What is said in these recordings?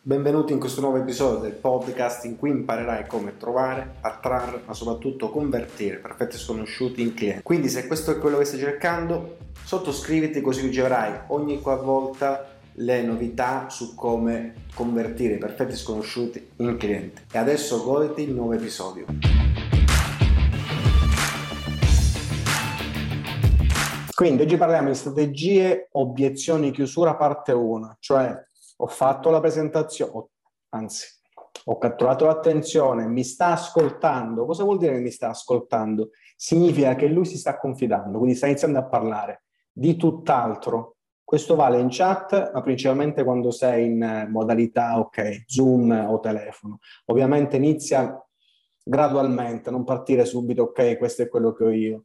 Benvenuti in questo nuovo episodio del podcast in cui imparerai come trovare, attrarre, ma soprattutto convertire perfetti sconosciuti in clienti. Quindi se questo è quello che stai cercando, sottoscriviti così riceverai ogni qualvolta le novità su come convertire i perfetti sconosciuti in clienti. E adesso goditi il nuovo episodio. Quindi oggi parliamo di strategie, obiezioni, chiusura parte 1, cioè ho fatto la presentazione, ho catturato l'attenzione, mi sta ascoltando. Cosa vuol dire che mi sta ascoltando? Significa che lui si sta confidando, quindi sta iniziando a parlare di tutt'altro. Questo vale in chat, ma principalmente quando sei in modalità, ok, Zoom o telefono. Ovviamente inizia gradualmente, non partire subito, ok, questo è quello che ho io.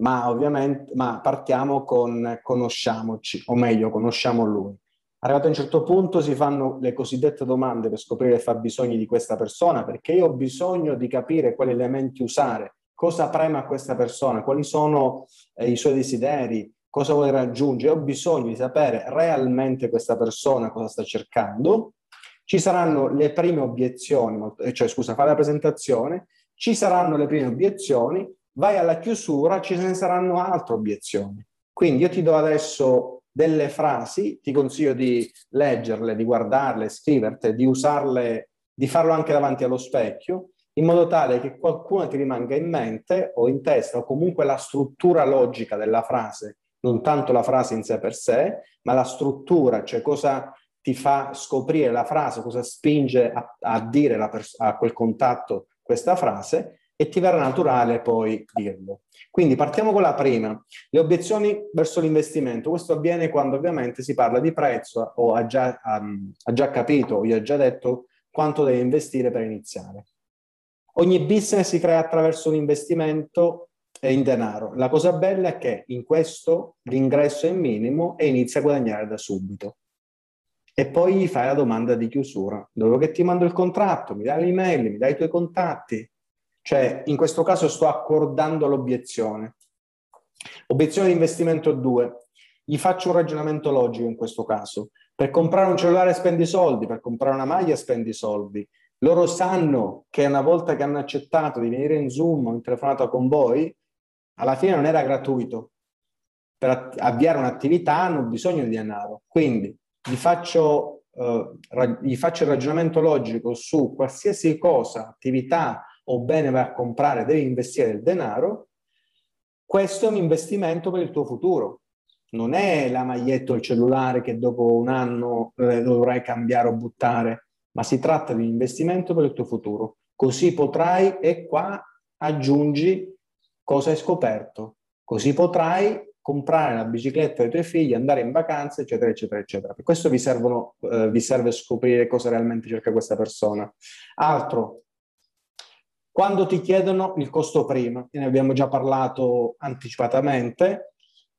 Ma partiamo con conosciamoci, o meglio, conosciamo lui. Arrivato a un certo punto si fanno le cosiddette domande per scoprire i fabbisogni di questa persona, perché io ho bisogno di capire quali elementi usare, cosa prema a questa persona, quali sono i suoi desideri, cosa vuole raggiungere. Ho bisogno di sapere realmente questa persona cosa sta cercando. Ci saranno le prime obiezioni, fare la presentazione, ci saranno le prime obiezioni, vai alla chiusura, ci ne saranno altre obiezioni. Quindi io ti do adesso delle frasi, ti consiglio di leggerle, di guardarle, scriverle, di usarle, di farlo anche davanti allo specchio, in modo tale che qualcuno ti rimanga in mente o in testa, o comunque la struttura logica della frase, non tanto la frase in sé per sé, ma la struttura, cioè cosa ti fa scoprire la frase, cosa spinge a dire a quel contatto questa frase, e ti verrà naturale poi dirlo. Quindi partiamo con la prima, le obiezioni verso l'investimento. Questo avviene quando ovviamente si parla di prezzo o ha già capito o gli ha già detto quanto deve investire per iniziare. Ogni business si crea attraverso un investimento in denaro. La cosa bella è che in questo l'ingresso è minimo e inizia a guadagnare da subito. E poi gli fai la domanda di chiusura. Dopo che ti mando il contratto, mi dai l'email, mi dai i tuoi contatti. Cioè, in questo caso sto accordando l'obiezione. Obiezione di investimento 2. Gli faccio un ragionamento logico in questo caso. Per comprare un cellulare spendi soldi, per comprare una maglia spendi soldi. Loro sanno che una volta che hanno accettato di venire in Zoom o in telefonata con voi, alla fine non era gratuito. Per avviare un'attività hanno bisogno di denaro. Quindi gli faccio il ragionamento logico su qualsiasi cosa, attività o bene vai a comprare, devi investire del denaro. Questo è un investimento per il tuo futuro. Non è la maglietta o il cellulare che dopo un anno dovrai cambiare o buttare, ma si tratta di un investimento per il tuo futuro. Così potrai, e qua aggiungi cosa hai scoperto, così potrai comprare la bicicletta dei tuoi figli, andare in vacanza, eccetera, eccetera, eccetera. Per questo vi serve scoprire cosa realmente cerca questa persona. Altro, quando ti chiedono il costo prima, ne abbiamo già parlato anticipatamente,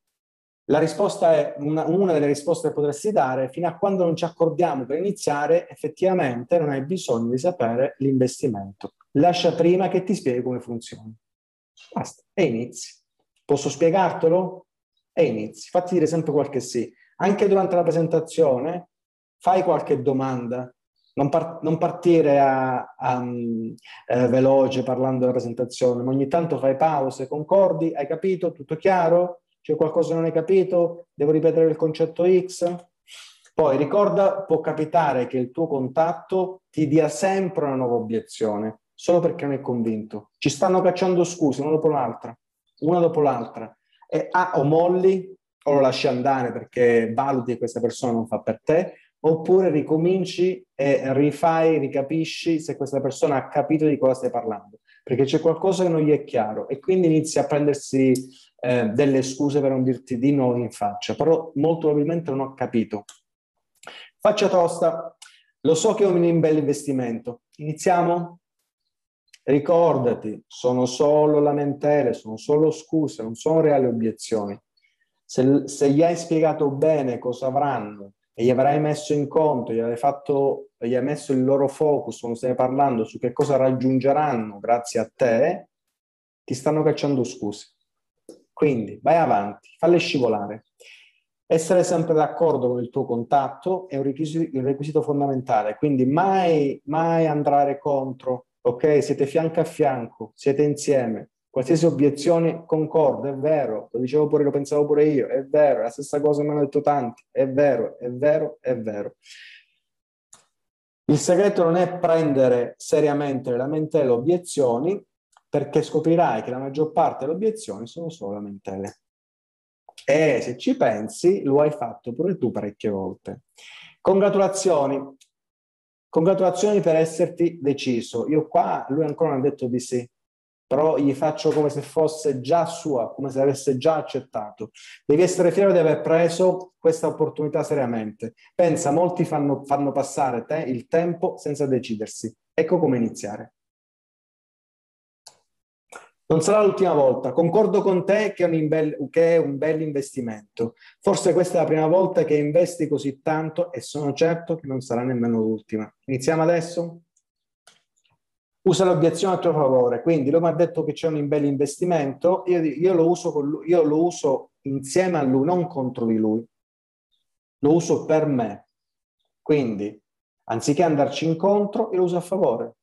la risposta è una delle risposte che potresti dare: fino a quando non ci accordiamo per iniziare, effettivamente non hai bisogno di sapere l'investimento. Lascia prima che ti spieghi come funziona. Basta, e inizi. Posso spiegartelo? E inizi. Fatti dire sempre qualche sì. Anche durante la presentazione fai qualche domanda. Non partire veloce parlando della presentazione, ma ogni tanto fai pause, concordi, hai capito, tutto chiaro? C'è qualcosa che non hai capito? Devo ripetere il concetto X? Poi ricorda, può capitare che il tuo contatto ti dia sempre una nuova obiezione, solo perché non è convinto. Ci stanno cacciando scuse una dopo l'altra. E o molli o lo lasci andare perché valuti che questa persona non fa per te, oppure ricominci e ricapisci se questa persona ha capito di cosa stai parlando, perché c'è qualcosa che non gli è chiaro e quindi inizi a prendersi delle scuse per non dirti di no in faccia, però molto probabilmente non ho capito. Faccia tosta, lo so che è un bel investimento, iniziamo? Ricordati, sono solo lamentele, sono solo scuse, non sono reali obiezioni. Se gli hai spiegato bene cosa avranno e gli avrai messo in conto, gli hai messo il loro focus quando stai parlando su che cosa raggiungeranno grazie a te, ti stanno cacciando scuse. Quindi vai avanti, falle scivolare. Essere sempre d'accordo con il tuo contatto è un requisito fondamentale, quindi mai, mai andare contro, ok? Siete fianco a fianco, siete insieme. Qualsiasi obiezione concordo, è vero, lo dicevo pure, lo pensavo pure io, è vero, è la stessa cosa che mi hanno detto tanti, è vero, è vero, è vero. Il segreto non è prendere seriamente le lamentele o obiezioni, perché scoprirai che la maggior parte delle obiezioni sono solo lamentele. E se ci pensi, lo hai fatto pure tu parecchie volte. Congratulazioni. Congratulazioni per esserti deciso. Io qua, lui ancora non ha detto di sì, però gli faccio come se fosse già sua, come se avesse già accettato. Devi essere fiero di aver preso questa opportunità seriamente. Pensa, molti fanno passare il tempo senza decidersi. Ecco come iniziare. Non sarà l'ultima volta, concordo con te che è un bel investimento. Forse questa è la prima volta che investi così tanto e sono certo che non sarà nemmeno l'ultima. Iniziamo adesso? Usa l'obiezione a tuo favore, quindi lui mi ha detto che c'è un bel investimento, io lo uso con lui, io lo uso insieme a lui, non contro di lui, lo uso per me. Quindi, anziché andarci incontro, io lo uso a favore.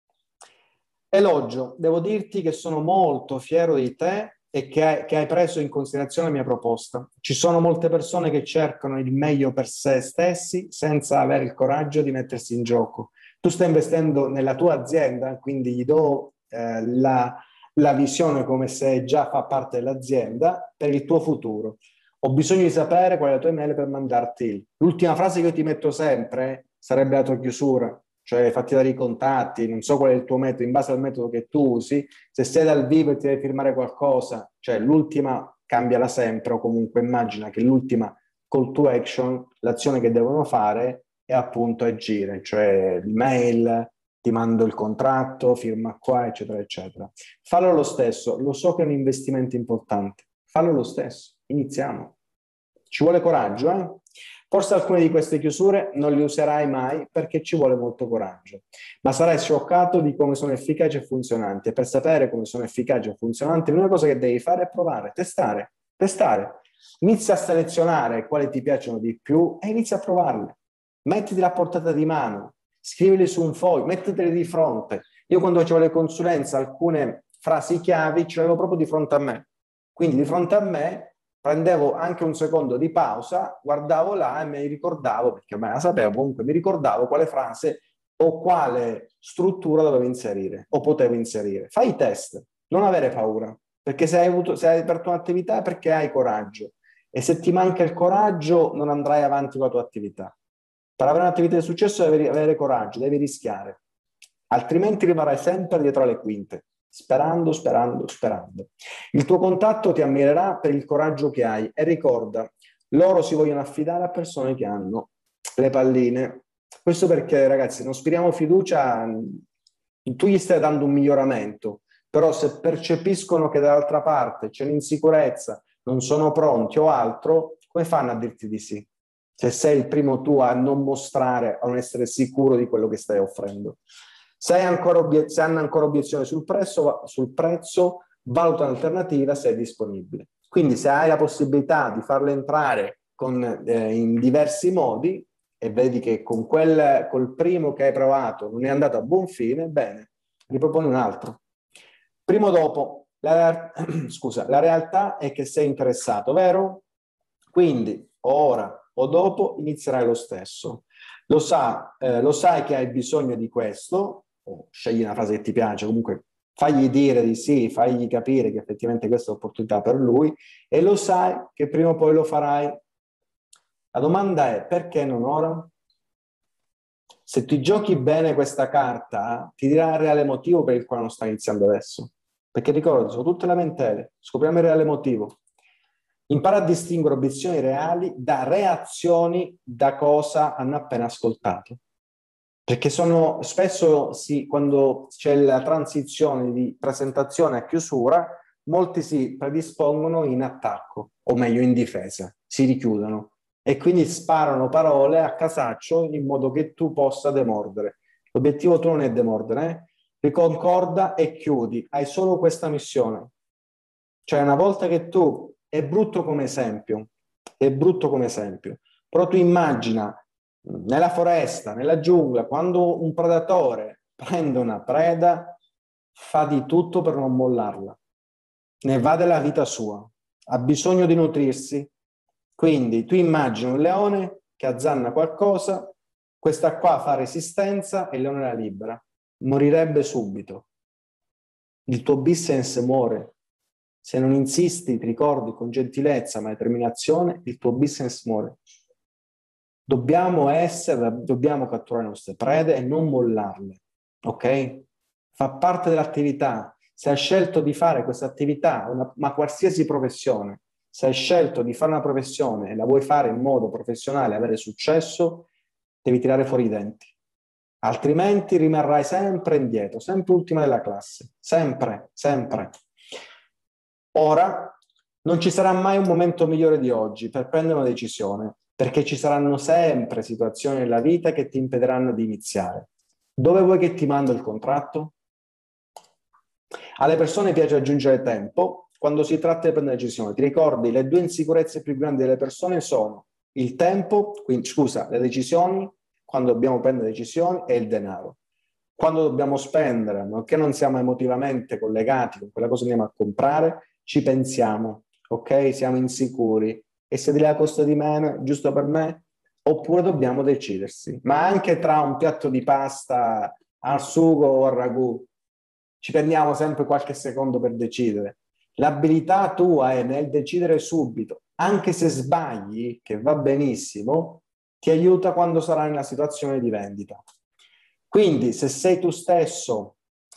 Elogio, devo dirti che sono molto fiero di te e che hai preso in considerazione la mia proposta. Ci sono molte persone che cercano il meglio per se stessi senza avere il coraggio di mettersi in gioco. Tu stai investendo nella tua azienda, quindi gli do la visione come se già fa parte dell'azienda per il tuo futuro. Ho bisogno di sapere qual è la tua email per mandarti. L'ultima frase che io ti metto sempre sarebbe la tua chiusura, cioè fatti dare i contatti, non so qual è il tuo metodo, in base al metodo che tu usi, se sei dal vivo e ti devi firmare qualcosa, cioè l'ultima cambiala sempre, o comunque immagina che l'ultima call to action, l'azione che devono fare è appunto agire, cioè l'email, ti mando il contratto, firma qua, eccetera, eccetera. Fallo lo stesso, lo so che è un investimento importante, fallo lo stesso, iniziamo. Ci vuole coraggio, eh? Forse alcune di queste chiusure non le userai mai perché ci vuole molto coraggio, ma sarai scioccato di come sono efficaci e funzionanti. E per sapere come sono efficaci e funzionanti, l'unica cosa che devi fare è provare, testare, testare. Inizia a selezionare quali ti piacciono di più e inizia a provarle. Mettiti a portata di mano, scrivili su un foglio, metteteli di fronte. Io quando facevo le consulenze, alcune frasi chiavi ce le avevo proprio di fronte a me. Quindi di fronte a me prendevo anche un secondo di pausa, guardavo là e mi ricordavo, perché ormai la sapevo, comunque mi ricordavo quale frase o quale struttura dovevo inserire o potevo inserire. Fai i test, non avere paura, perché se hai aperto un'attività è perché hai coraggio e se ti manca il coraggio non andrai avanti con la tua attività. Per avere un'attività di successo devi avere coraggio, devi rischiare, altrimenti rimarrai sempre dietro le quinte, sperando, sperando, sperando. Il tuo contatto ti ammirerà per il coraggio che hai e ricorda, loro si vogliono affidare a persone che hanno le palline. Questo perché, ragazzi, non spiriamo fiducia, tu gli stai dando un miglioramento, però se percepiscono che dall'altra parte c'è l'insicurezza, non sono pronti o altro, come fanno a dirti di sì? Se sei il primo tu a non mostrare, a non essere sicuro di quello che stai offrendo. Se hanno ancora obiezioni sul prezzo, valuta un'alternativa se è disponibile. Quindi se hai la possibilità di farle entrare in diversi modi e vedi che col primo che hai provato non è andato a buon fine, bene, riproponi un altro. Primo dopo, scusa, la realtà è che sei interessato, vero? Quindi ora o dopo inizierai lo stesso. Lo sai che hai bisogno di questo, o scegli una frase che ti piace, comunque fagli dire di sì, fagli capire che effettivamente questa è un'opportunità per lui e lo sai che prima o poi lo farai. La domanda è perché non ora? Se ti giochi bene questa carta, ti dirà il reale motivo per il quale non stai iniziando adesso. Perché ricorda, sono tutte lamentele, scopriamo il reale motivo. Impara a distinguere obiezioni reali da reazioni da cosa hanno appena ascoltato. Perché spesso quando c'è la transizione di presentazione a chiusura, molti si predispongono in attacco, o meglio in difesa, si richiudono e quindi sparano parole a casaccio in modo che tu possa demordere. L'obiettivo tuo non è demordere, riconcorda e chiudi, hai solo questa missione. Cioè una volta che tu, è brutto come esempio, È brutto come esempio, però tu immagina nella foresta, nella giungla, quando un predatore prende una preda, fa di tutto per non mollarla, ne va della vita sua, ha bisogno di nutrirsi. Quindi tu immagini un leone che azzanna qualcosa, questa qua fa resistenza e il leone la libera, morirebbe subito. Il tuo business muore. Se non insisti, ti ricordi con gentilezza ma determinazione, il tuo business muore. Dobbiamo catturare le nostre prede e non mollarle, ok? Fa parte dell'attività. Se hai scelto di fare questa attività, ma qualsiasi professione, se hai scelto di fare una professione e la vuoi fare in modo professionale e avere successo, devi tirare fuori i denti. Altrimenti rimarrai sempre indietro, sempre ultima della classe, sempre, sempre. Ora, non ci sarà mai un momento migliore di oggi per prendere una decisione, perché ci saranno sempre situazioni nella vita che ti impediranno di iniziare. Dove vuoi che ti mando il contratto? Alle persone piace aggiungere tempo quando si tratta di prendere decisioni. Ti ricordi, le due insicurezze più grandi delle persone sono il tempo, quindi, scusa, le decisioni, quando dobbiamo prendere decisioni, e il denaro. Quando dobbiamo spendere, perché non siamo emotivamente collegati con quella cosa che andiamo a comprare, ci pensiamo, ok? Siamo insicuri. E se di là costa di meno, è giusto per me? Oppure dobbiamo decidersi. Ma anche tra un piatto di pasta al sugo o al ragù, ci prendiamo sempre qualche secondo per decidere. L'abilità tua è nel decidere subito, anche se sbagli, che va benissimo, ti aiuta quando sarai nella situazione di vendita. Quindi se sei tu stesso,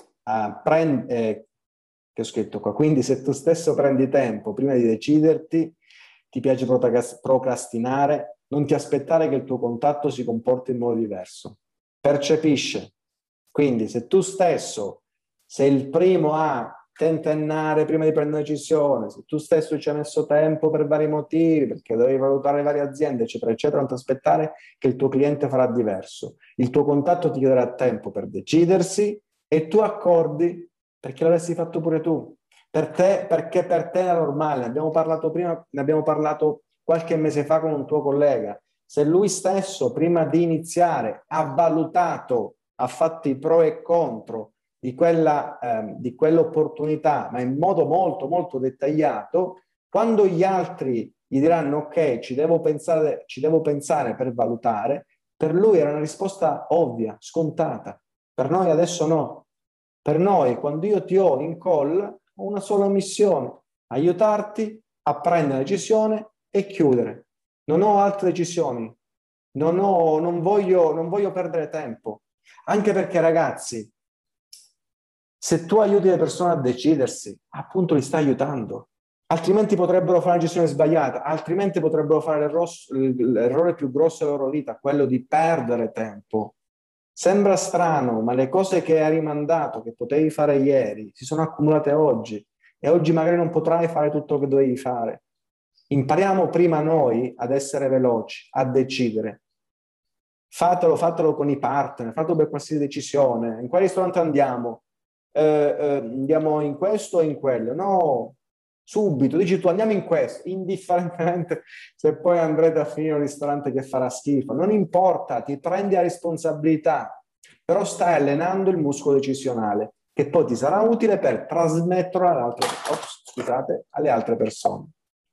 che ho scritto qua, quindi se tu stesso prendi tempo prima di deciderti, ti piace procrastinare, non ti aspettare che il tuo contatto si comporti in modo diverso. Percepisce. Quindi se tu stesso sei il primo a tentennare prima di prendere una decisione, se tu stesso ci hai messo tempo per vari motivi, perché devi valutare le varie aziende, eccetera, eccetera, non ti aspettare che il tuo cliente farà diverso. Il tuo contatto ti chiederà tempo per decidersi e tu accordi perché l'avresti fatto pure tu. Per te, perché per te è normale. Ne abbiamo parlato prima, ne abbiamo parlato qualche mese fa con un tuo collega. Se lui stesso, prima di iniziare, ha valutato, ha fatto i pro e contro di quell'opportunità, ma in modo molto, molto dettagliato, quando gli altri gli diranno ok, ci devo pensare per valutare, per lui era una risposta ovvia, scontata. Per noi adesso no. Per noi, quando io ti ho in call, ho una sola missione, aiutarti a prendere una decisione e chiudere. Non ho altre decisioni, non voglio perdere tempo. Anche perché, ragazzi, se tu aiuti le persone a decidersi, appunto li stai aiutando. Altrimenti potrebbero fare una decisione sbagliata, altrimenti potrebbero fare l'errore più grosso della loro vita, quello di perdere tempo. Sembra strano, ma le cose che hai rimandato, che potevi fare ieri, si sono accumulate oggi e oggi magari non potrai fare tutto quello che dovevi fare. Impariamo prima noi ad essere veloci, a decidere. Fatelo con i partner, fatelo per qualsiasi decisione. In quale ristorante andiamo? Andiamo in questo o in quello? No, subito, dici tu andiamo in questo, indifferentemente se poi andrete a finire un ristorante che farà schifo. Non importa, ti prendi la responsabilità, però stai allenando il muscolo decisionale, che poi ti sarà utile per trasmetterlo alle altre persone.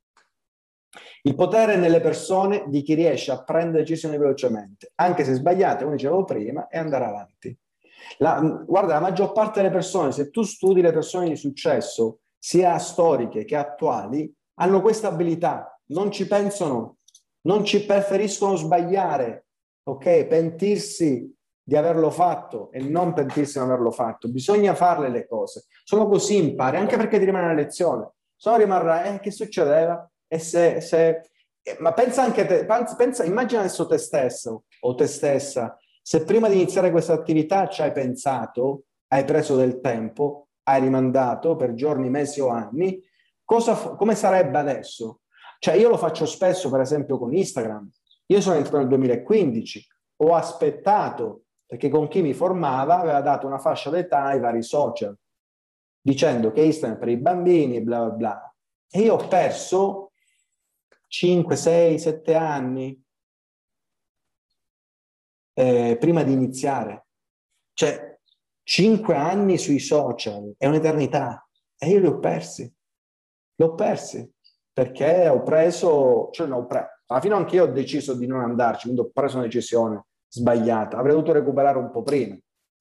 Il potere è nelle persone di chi riesce a prendere decisioni velocemente, anche se sbagliate, come dicevo prima, e andare avanti. Guarda, la maggior parte delle persone, se tu studi le persone di successo, sia storiche che attuali, hanno questa abilità, non ci pensano, non ci preferiscono sbagliare, ok? Pentirsi di averlo fatto e non pentirsi di non averlo fatto. Bisogna farle le cose. Solo così impari, anche perché ti rimane una lezione. Se no rimarrà, che succedeva? Ma pensa anche te, immagina adesso te stesso o te stessa, se prima di iniziare questa attività ci hai pensato, hai preso del tempo, hai rimandato per giorni, mesi o anni, come sarebbe adesso? Cioè io lo faccio spesso, per esempio, con Instagram. Io sono entrato nel 2015, ho aspettato, perché con chi mi formava aveva dato una fascia d'età ai vari social, dicendo che Instagram è per i bambini, bla bla bla. E io ho perso 5, 6, 7 anni prima di iniziare. Cioè, 5 anni sui social è un'eternità e io li ho persi. L'ho persi perché ho preso, cioè no, alla fine anche io ho deciso di non andarci, quindi ho preso una decisione sbagliata. Avrei dovuto recuperare un po' prima.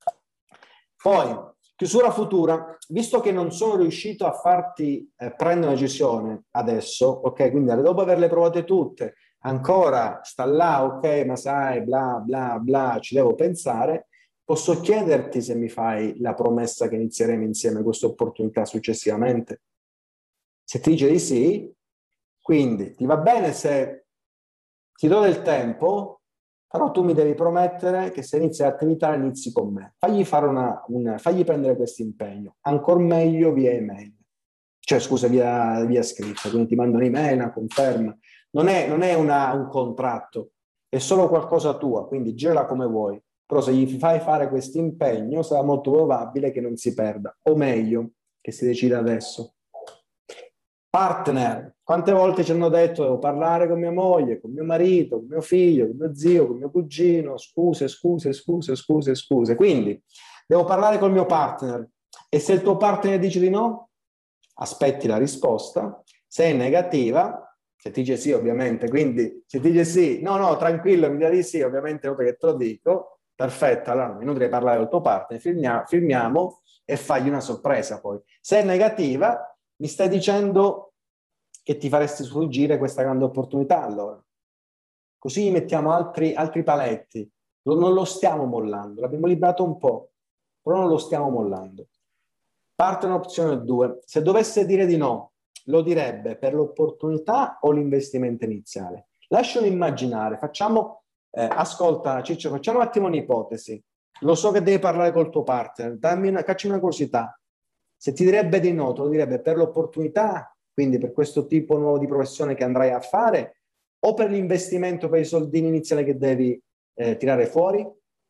Poi, chiusura futura, visto che non sono riuscito a farti prendere una decisione adesso, ok, quindi dopo averle provate tutte, ancora sta là, ok, ma sai, bla bla bla, ci devo pensare, posso chiederti se mi fai la promessa che inizieremo insieme questa opportunità successivamente? Se ti dice di sì, quindi ti va bene se ti do del tempo, però tu mi devi promettere che se inizi l'attività inizi con me. Fagli fare fagli prendere questo impegno, ancora meglio via email, cioè scusa, via scritta, quindi ti mando un'email, una conferma. Non è un contratto, è solo qualcosa tua, quindi girala come vuoi. Però se gli fai fare questo impegno sarà molto probabile che non si perda, o meglio, che si decida adesso. Partner, quante volte ci hanno detto devo parlare con mia moglie, con mio marito, con mio figlio, con mio zio, con mio cugino, scuse. Quindi devo parlare col mio partner e se il tuo partner dice di no, aspetti la risposta. Se è negativa, se ti dice sì ovviamente, quindi se ti dice sì, no, tranquillo, mi dia di sì, ovviamente dopo che te lo dico, perfetto, allora non inutile parlare col tuo partner, firmiamo e fagli una sorpresa poi. Se è negativa, mi stai dicendo che ti faresti sfuggire questa grande opportunità allora. Così mettiamo altri paletti. Non lo stiamo mollando, l'abbiamo liberato un po', però non lo stiamo mollando. Parte un'opzione 2. Se dovesse dire di no, lo direbbe per l'opportunità o l'investimento iniziale? Lascialo immaginare, ascolta Ciccio, facciamo un attimo un'ipotesi. Lo so che devi parlare col tuo partner, cacci una curiosità. Se ti direbbe di no, te lo direbbe per l'opportunità, quindi per questo tipo nuovo di professione che andrai a fare, o per l'investimento, per i soldini iniziali che devi tirare fuori?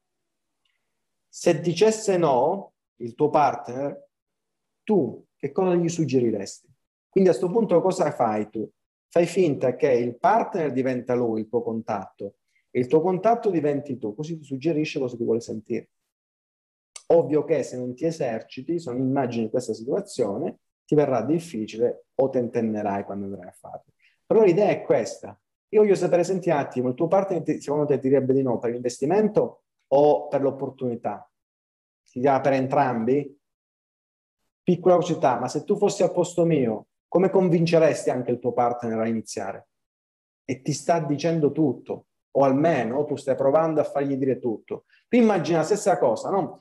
Se dicesse no, il tuo partner, tu che cosa gli suggeriresti? Quindi a questo punto cosa fai tu? Fai finta che il partner diventa lui, il tuo contatto, e il tuo contatto diventi tu, così ti suggerisce cosa ti vuole sentire. Ovvio che se non ti eserciti, se non immagini questa situazione, ti verrà difficile o tentennerai quando andrai a farlo. Però l'idea è questa. Io voglio sapere, senti un attimo, il tuo partner secondo te direbbe di no per l'investimento o per l'opportunità? Si dirà per entrambi? Piccola curiosità, ma se tu fossi al posto mio, come convinceresti anche il tuo partner a iniziare? E ti sta dicendo tutto, o almeno tu stai provando a fargli dire tutto. Tu immagina la stessa cosa, no?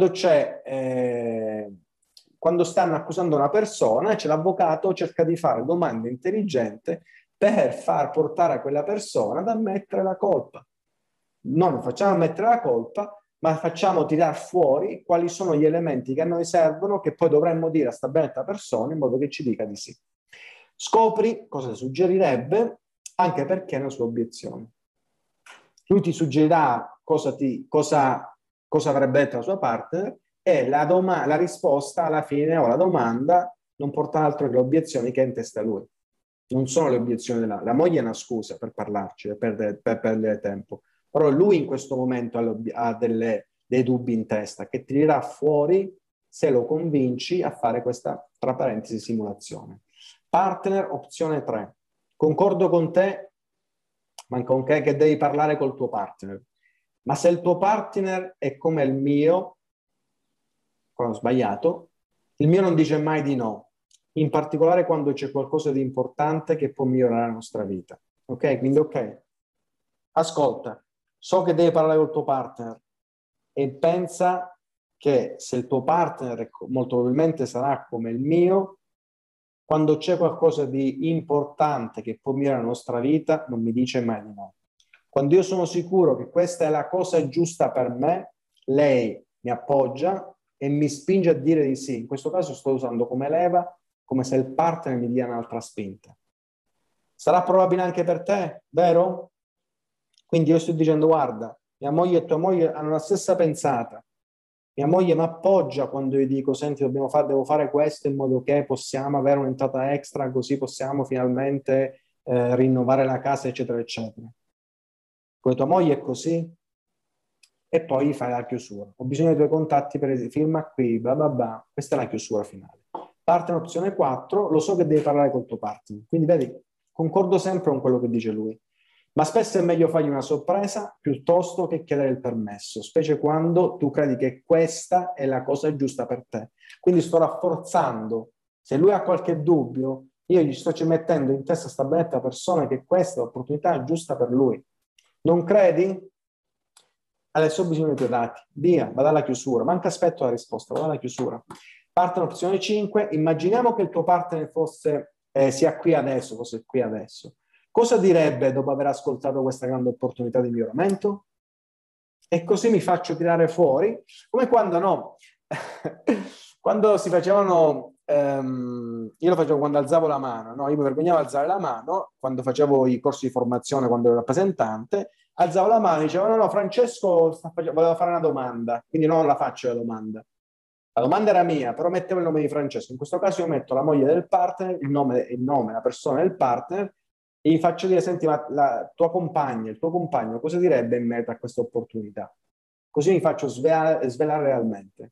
Quando stanno accusando una persona, c'è l'avvocato cerca di fare domande intelligenti per far portare a quella persona ad ammettere la colpa. No, non facciamo ammettere la colpa, ma facciamo tirar fuori quali sono gli elementi che a noi servono, che poi dovremmo dire a sta benedetta persona in modo che ci dica di sì. Scopri cosa suggerirebbe, anche perché è una sua obiezione. Lui ti suggerirà cosa avrebbe detto la sua partner e la risposta alla fine o la domanda non porta altro che le obiezioni che ha in testa lui. Non sono le obiezioni la moglie è una scusa per parlarci, per perdere tempo. Però lui in questo momento ha dei dubbi in testa che tirerà fuori se lo convinci a fare questa, tra parentesi, simulazione. Partner, opzione 3. Concordo con te, ma con che devi parlare col tuo partner. Ma se il tuo partner è come il mio, qua ho sbagliato, il mio non dice mai di no, in particolare quando c'è qualcosa di importante che può migliorare la nostra vita. Ok? Quindi ok. Ascolta, so che devi parlare col tuo partner e pensa che se il tuo partner molto probabilmente sarà come il mio, quando c'è qualcosa di importante che può migliorare la nostra vita, non mi dice mai di no. Quando io sono sicuro che questa è la cosa giusta per me, lei mi appoggia e mi spinge a dire di sì. In questo caso sto usando come leva, come se il partner mi dia un'altra spinta. Sarà probabile anche per te, vero? Quindi io sto dicendo, guarda, mia moglie e tua moglie hanno la stessa pensata. Mia moglie mi appoggia quando io dico, senti, devo fare questo in modo che possiamo avere un'entrata extra, così possiamo finalmente rinnovare la casa, eccetera, eccetera. Con tua moglie è così? E poi fai la chiusura. Ho bisogno dei tuoi contatti, per esempio, firma qui, bla bla bla. Questa è la chiusura finale. Partner opzione 4, lo so che devi parlare col tuo partner. Quindi vedi, concordo sempre con quello che dice lui. Ma spesso è meglio fargli una sorpresa piuttosto che chiedere il permesso, specie quando tu credi che questa è la cosa giusta per te. Quindi sto rafforzando. Se lui ha qualche dubbio, io gli sto mettendo in testa a sta benedetta persona che questa è l'opportunità giusta per lui. Non credi? Adesso ho bisogno dei tuoi dati. Via, vado alla chiusura. Manca aspetto la risposta, vado alla chiusura. Partner opzione 5. Immaginiamo che il tuo partner sia qui adesso, fosse qui adesso. Cosa direbbe dopo aver ascoltato questa grande opportunità di miglioramento? E così mi faccio tirare fuori, come quando no, quando si facevano, io lo facevo quando alzavo la mano, no? Io mi vergognavo a alzare la mano, quando facevo i corsi di formazione, quando ero rappresentante, alzavo la mano e dicevo, no, Francesco voleva fare una domanda, quindi non la faccio la domanda. La domanda era mia, però mettevo il nome di Francesco. In questo caso io metto la moglie del partner, il nome, la persona del partner, e gli faccio dire, senti, ma la tua compagna, il tuo compagno, cosa direbbe in merito a questa opportunità? Così mi faccio svelare realmente.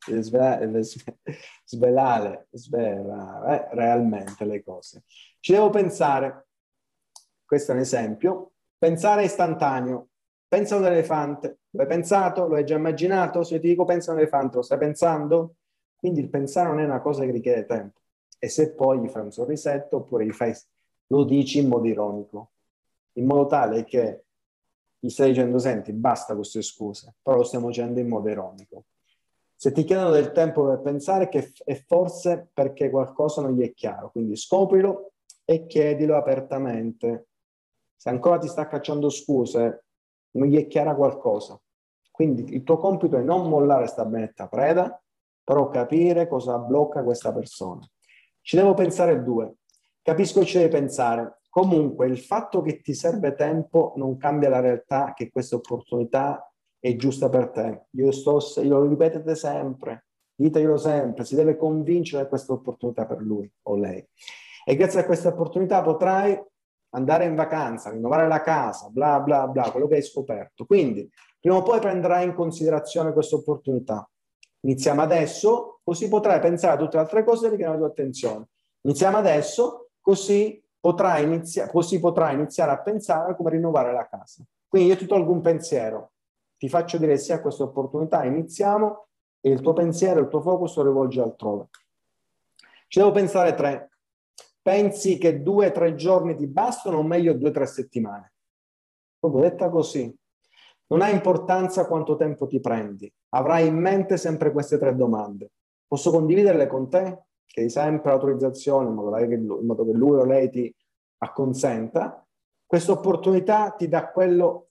Svelare realmente le cose. Ci devo pensare. Questo è un esempio. Pensare istantaneo. Pensa a un elefante. Lo hai pensato? Lo hai già immaginato? Se ti dico pensa a un elefante, lo stai pensando? Quindi il pensare non è una cosa che richiede tempo. E se poi gli fai un sorrisetto oppure lo dici in modo ironico, in modo tale che gli stai dicendo, senti, basta queste scuse, però lo stiamo dicendo in modo ironico. Se ti chiedono del tempo per pensare, che è forse perché qualcosa non gli è chiaro, quindi scoprilo e chiedilo apertamente. Se ancora ti sta cacciando scuse, non gli è chiara qualcosa. Quindi il tuo compito è non mollare sta benetta preda, però capire cosa blocca questa persona. Ci devo pensare due. Capisco che ci devi pensare. Comunque il fatto che ti serve tempo non cambia la realtà che questa opportunità è giusta per te. Lo ripetete sempre, diteglielo sempre, si deve convincere che questa opportunità per lui o lei. E grazie a questa opportunità potrai andare in vacanza, rinnovare la casa, bla bla bla, quello che hai scoperto. Quindi prima o poi prenderai in considerazione questa opportunità. Iniziamo adesso, così potrai pensare a tutte le altre cose che richiedono la tua attenzione. Iniziamo adesso, così potrai iniziare a pensare a come rinnovare la casa. Quindi io ti tolgo un pensiero, ti faccio dire sì a questa opportunità, iniziamo e il tuo pensiero, il tuo focus lo rivolgi altrove. Ci devo pensare 3. Pensi che 2 o 3 giorni ti bastano o meglio 2 o 3 settimane? Proprio detta così. Non ha importanza quanto tempo ti prendi. Avrai in mente sempre queste 3 domande. Posso condividerle con te? Che hai sempre l'autorizzazione in modo che lui o lei ti acconsenta. Questa opportunità ti dà quello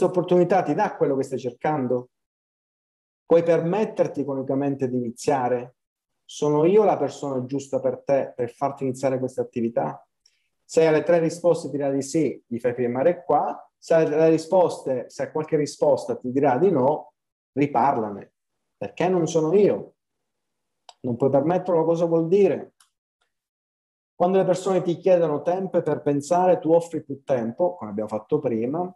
che stai cercando? Puoi permetterti economicamente di iniziare? Sono io la persona giusta per te per farti iniziare questa attività? Se alle 3 risposte ti dirà di sì, gli fai firmare qua. Se a qualche risposta ti dirà di no, riparlane. Perché non sono io? Non puoi permetterlo, cosa vuol dire? Quando le persone ti chiedono tempo per pensare, tu offri più tempo, come abbiamo fatto prima,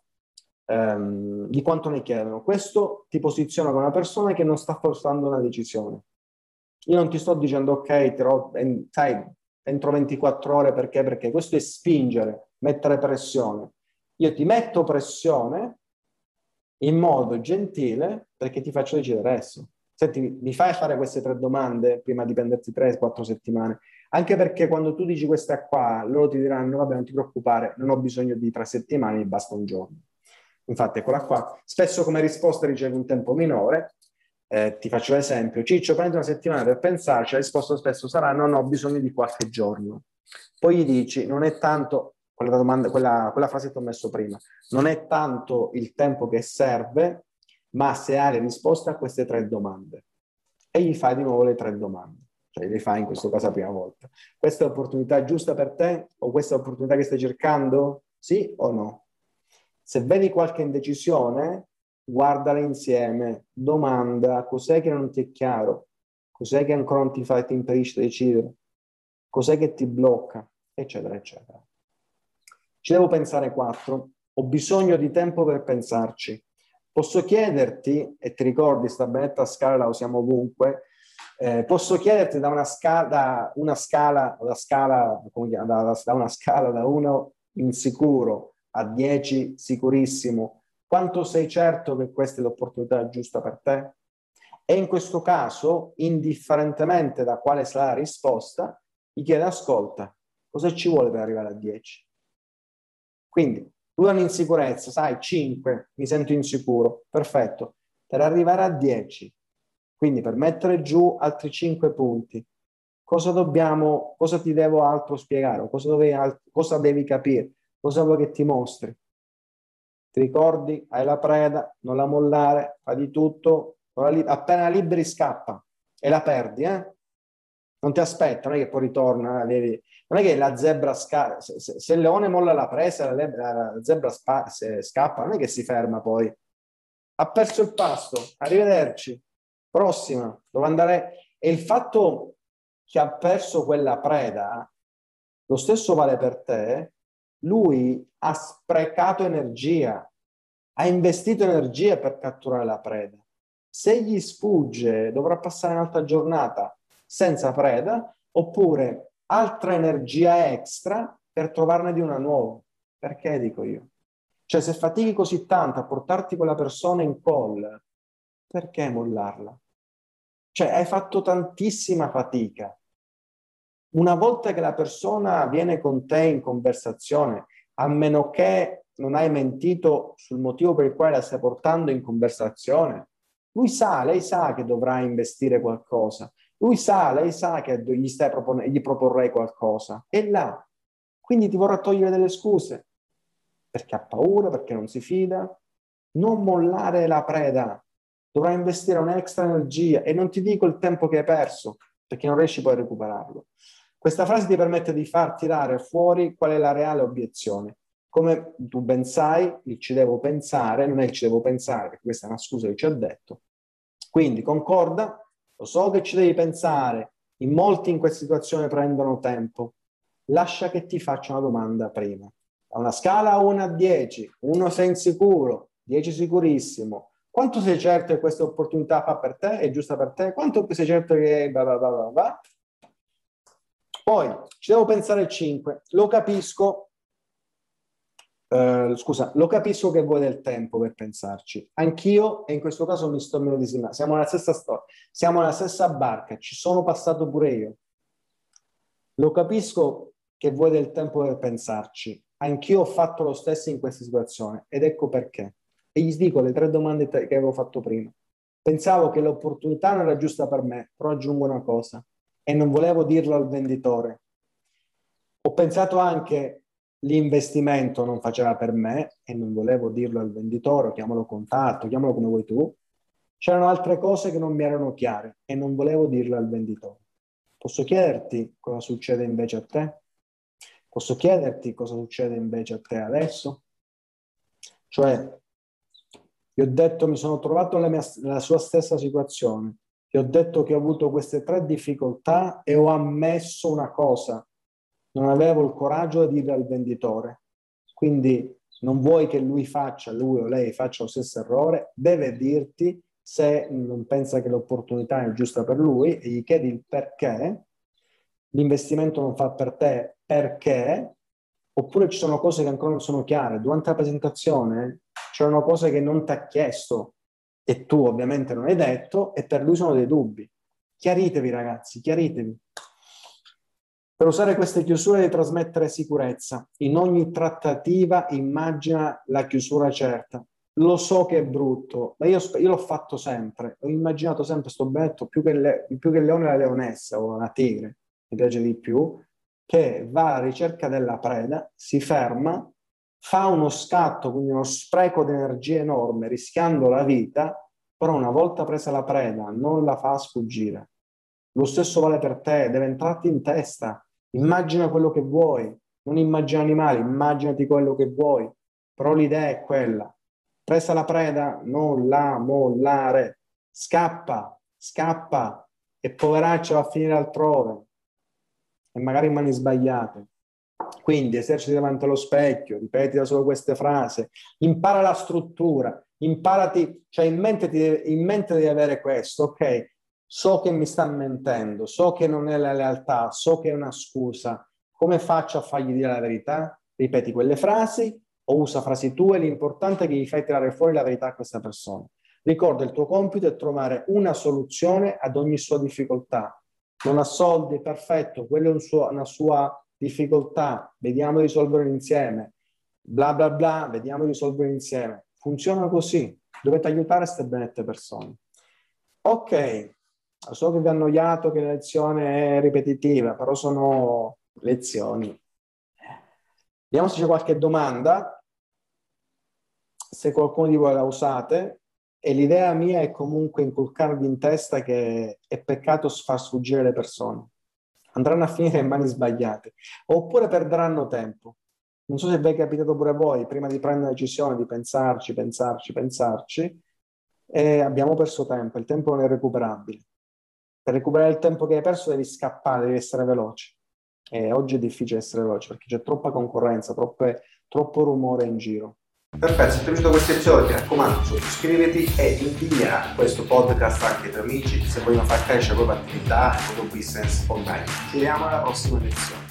di quanto ne chiedono. Questo ti posiziona come una persona che non sta forzando una decisione. Io non ti sto dicendo ok, sai, entro 24 ore perché questo è spingere, mettere pressione. Io ti metto pressione in modo gentile perché ti faccio decidere adesso. Senti, mi fai fare queste 3 domande prima di prenderti 3-4 settimane? Anche perché quando tu dici questa qua, loro ti diranno, vabbè, non ti preoccupare, non ho bisogno di 3 settimane, mi basta un giorno. Infatti, eccola qua. Spesso come risposta ricevi un tempo minore. Ti faccio l'esempio. Ciccio, prendi una settimana per pensarci, la risposta spesso sarà no, ho bisogno di qualche giorno. Poi gli dici, non è tanto, quella frase che ti ho messo prima, non è tanto il tempo che serve, ma se hai le risposte a queste 3 domande. E gli fai di nuovo le 3 domande. Cioè le fai in questo caso la prima volta. Questa è l'opportunità giusta per te? O questa è l'opportunità che stai cercando? Sì o no? Se vedi qualche indecisione, guardale insieme, domanda cos'è che non ti è chiaro, cos'è che ancora non ti impedisce di decidere, cos'è che ti blocca, eccetera, eccetera. Ci devo pensare 4. Ho bisogno di tempo per pensarci. Posso chiederti, e ti ricordi, sta benetta scala la usiamo ovunque, posso chiederti da una scala, da 1 insicuro a 10 sicurissimo, quanto sei certo che questa è l'opportunità giusta per te? E in questo caso, indifferentemente da quale sarà la risposta, gli chiede: ascolta, cosa ci vuole per arrivare a 10? Quindi, tu hai un'insicurezza, sai, 5, mi sento insicuro, perfetto. Per arrivare a 10, quindi per mettere giù altri 5 punti, cosa ti devo altro spiegare? Cosa devi capire? Cosa vuoi che ti mostri? Ti ricordi? Hai la preda, non la mollare, fai di tutto, appena la liberi scappa e la perdi, Non ti aspetta, non è che poi ritorna, non è che la zebra scappa, se il leone molla la presa, la zebra scappa, non è che si ferma poi. Ha perso il pasto, arrivederci, prossima, devo andare. E il fatto che ha perso quella preda, lo stesso vale per te, lui ha sprecato energia, ha investito energia per catturare la preda. Se gli sfugge, dovrà passare un'altra giornata senza preda, oppure altra energia extra per trovarne di una nuova. Perché, dico io? Cioè, se fatichi così tanto a portarti quella persona in call, perché mollarla? Cioè, hai fatto tantissima fatica. Una volta che la persona viene con te in conversazione, a meno che non hai mentito sul motivo per il quale la stai portando in conversazione, lei sa che dovrà investire qualcosa. Lei sa che gli proporrai qualcosa. E là, quindi ti vorrà togliere delle scuse. Perché ha paura, perché non si fida. Non mollare la preda. Dovrai investire un'extra energia e non ti dico il tempo che hai perso, perché non riesci poi a recuperarlo. Questa frase ti permette di far tirare fuori qual è la reale obiezione. Come tu ben sai, il ci devo pensare, non è il ci devo pensare, perché questa è una scusa che ci ha detto. Quindi concorda, lo so che ci devi pensare, in molti in questa situazione prendono tempo. Lascia che ti faccia una domanda prima. A una scala 1 a 10, 1 sei insicuro, 10 sicurissimo. Quanto sei certo che questa opportunità fa per te, è giusta per te? Quanto sei certo che va? Poi ci devo pensare 5. Lo capisco. Lo capisco che vuoi del tempo per pensarci. Anch'io, e in questo caso mi sto medesimando. Siamo nella stessa storia, siamo nella stessa barca, ci sono passato pure io. Lo capisco che vuoi del tempo per pensarci. Anch'io ho fatto lo stesso in questa situazione ed ecco perché. E gli dico le 3 domande che avevo fatto prima. Pensavo che l'opportunità non era giusta per me, però aggiungo una cosa e non volevo dirlo al venditore. Ho pensato anche l'investimento non faceva per me e non volevo dirlo al venditore, chiamalo contatto, chiamalo come vuoi tu. C'erano altre cose che non mi erano chiare e non volevo dirlo al venditore. Posso chiederti cosa succede invece a te? Posso chiederti cosa succede invece a te adesso? Cioè, ti ho detto, mi sono trovato nella sua stessa situazione. Ti ho detto che ho avuto queste 3 difficoltà e ho ammesso una cosa. Non avevo il coraggio di dire al venditore. Quindi non vuoi che lui o lei faccia lo stesso errore, deve dirti se non pensa che l'opportunità è giusta per lui e gli chiedi il perché. L'investimento non fa per te perché, oppure ci sono cose che ancora non sono chiare. Durante la presentazione c'erano cose che non ti ha chiesto e tu ovviamente non hai detto e per lui sono dei dubbi. Chiaritevi ragazzi, chiaritevi. Per usare queste chiusure devi trasmettere sicurezza. In ogni trattativa immagina la chiusura certa. Lo so che è brutto, ma io l'ho fatto sempre. Ho immaginato sempre sto benetto più che il leone la leonessa o la tigre, mi piace di più, che va alla ricerca della preda, si ferma, fa uno scatto, quindi uno spreco di energia enorme, rischiando la vita, però una volta presa la preda non la fa sfuggire. Lo stesso vale per te, deve entrarti in testa. Immagina quello che vuoi, non immagina animali, immaginati quello che vuoi, però l'idea è quella. Presa la preda, non la mollare. Scappa, scappa e poveraccia va a finire altrove e magari in mani sbagliate. Quindi eserciti davanti allo specchio, ripeti da solo queste frasi, impara la struttura, imparati, cioè in mente devi avere questo, ok? So che mi sta mentendo, so che non è la lealtà, so che è una scusa. Come faccio a fargli dire la verità? Ripeti quelle frasi o usa frasi tue, l'importante è che gli fai tirare fuori la verità a questa persona. Ricorda, il tuo compito è trovare una soluzione ad ogni sua difficoltà. Non ha soldi, perfetto, quella è una sua difficoltà, vediamo di risolverlo insieme, bla bla bla, vediamo di risolverlo insieme. Funziona così, dovete aiutare queste benette persone. Ok, so che vi ho annoiato, che la lezione è ripetitiva, però sono lezioni. Vediamo se c'è qualche domanda, se qualcuno di voi la usate, e l'idea mia è comunque inculcarvi in testa che è peccato far sfuggire le persone. Andranno a finire in mani sbagliate, oppure perderanno tempo. Non so se vi è capitato pure a voi, prima di prendere la decisione di pensarci, e abbiamo perso tempo, il tempo non è recuperabile. Per recuperare il tempo che hai perso devi scappare, devi essere veloce. E oggi è difficile essere veloce perché c'è troppa concorrenza, troppo rumore in giro. Perfetto, se ti è piaciuto questo episodio ti raccomando sottoscriviti e invia questo podcast anche ai tuoi amici se vogliono far crescere la propria attività e il proprio business online. Ci vediamo alla prossima lezione.